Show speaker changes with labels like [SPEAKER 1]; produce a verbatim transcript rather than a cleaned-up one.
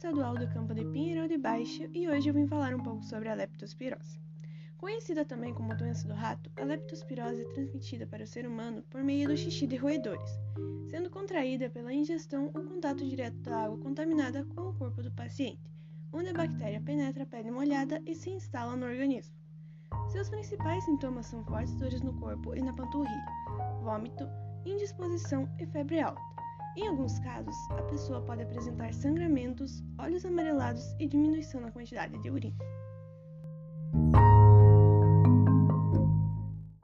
[SPEAKER 1] estadual do campo de Pinheiro Baixo e hoje eu vim falar um pouco sobre a leptospirose. Conhecida também como doença do rato, a leptospirose é transmitida para o ser humano por meio do xixi de roedores, sendo contraída pela ingestão ou contato direto da água contaminada com o corpo do paciente, onde a bactéria penetra a pele molhada e se instala no organismo. Seus principais sintomas são fortes dores no corpo e na panturrilha, vômito, indisposição e febre alta. Em alguns casos, a pessoa pode apresentar sangramentos, olhos amarelados e diminuição na quantidade de urina.